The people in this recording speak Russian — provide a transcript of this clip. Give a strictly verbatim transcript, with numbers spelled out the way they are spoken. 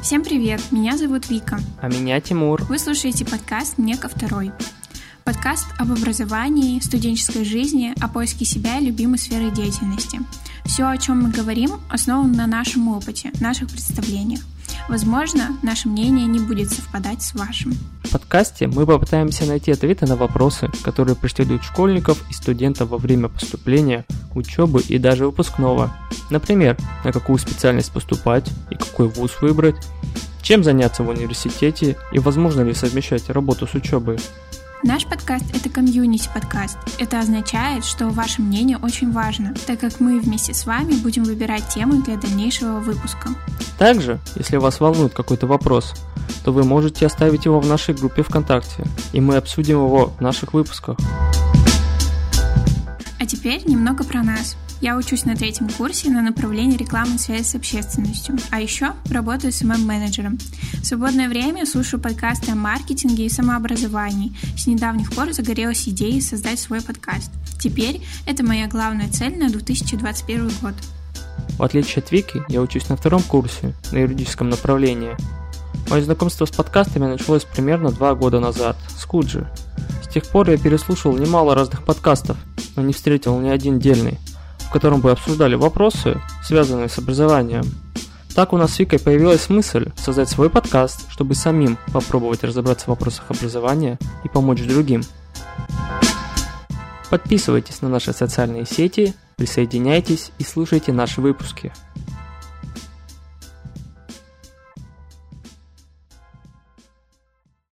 Всем привет, меня зовут Вика. А меня Тимур. Вы слушаете подкаст «Не ко второй». Подкаст об образовании, студенческой жизни, о поиске себя и любимой сферы деятельности. Все, о чем мы говорим, основано на нашем опыте, наших представлениях. Возможно, наше мнение не будет совпадать с вашим. В подкасте мы попытаемся найти ответы на вопросы, которые преследуют школьников и студентов во время поступления, учебы и даже выпускного. Например, на какую специальность поступать и какой вуз выбрать, чем заняться в университете и возможно ли совмещать работу с учебой. Наш подкаст – это комьюнити-подкаст. Это означает, что ваше мнение очень важно, так как мы вместе с вами будем выбирать темы для дальнейшего выпуска. Также, если вас волнует какой-то вопрос, то вы можете оставить его в нашей группе ВКонтакте, и мы обсудим его в наших выпусках. А теперь немного про нас. Я учусь на третьем курсе на направлении рекламной связи с общественностью, а еще работаю эс эм эм-менеджером. В свободное время слушаю подкасты о маркетинге и самообразовании. С недавних пор загорелась идеей создать свой подкаст. Теперь это моя главная цель на две тысячи двадцать первый год. В отличие от Вики, я учусь на втором курсе, на юридическом направлении. Мое знакомство с подкастами началось примерно два года назад, с Куджи. С тех пор я переслушал немало разных подкастов, но не встретил ни один дельный, в котором бы обсуждали вопросы, связанные с образованием. Так у нас с Викой появилась мысль создать свой подкаст, чтобы самим попробовать разобраться в вопросах образования и помочь другим. Подписывайтесь на наши социальные сети, присоединяйтесь и слушайте наши выпуски.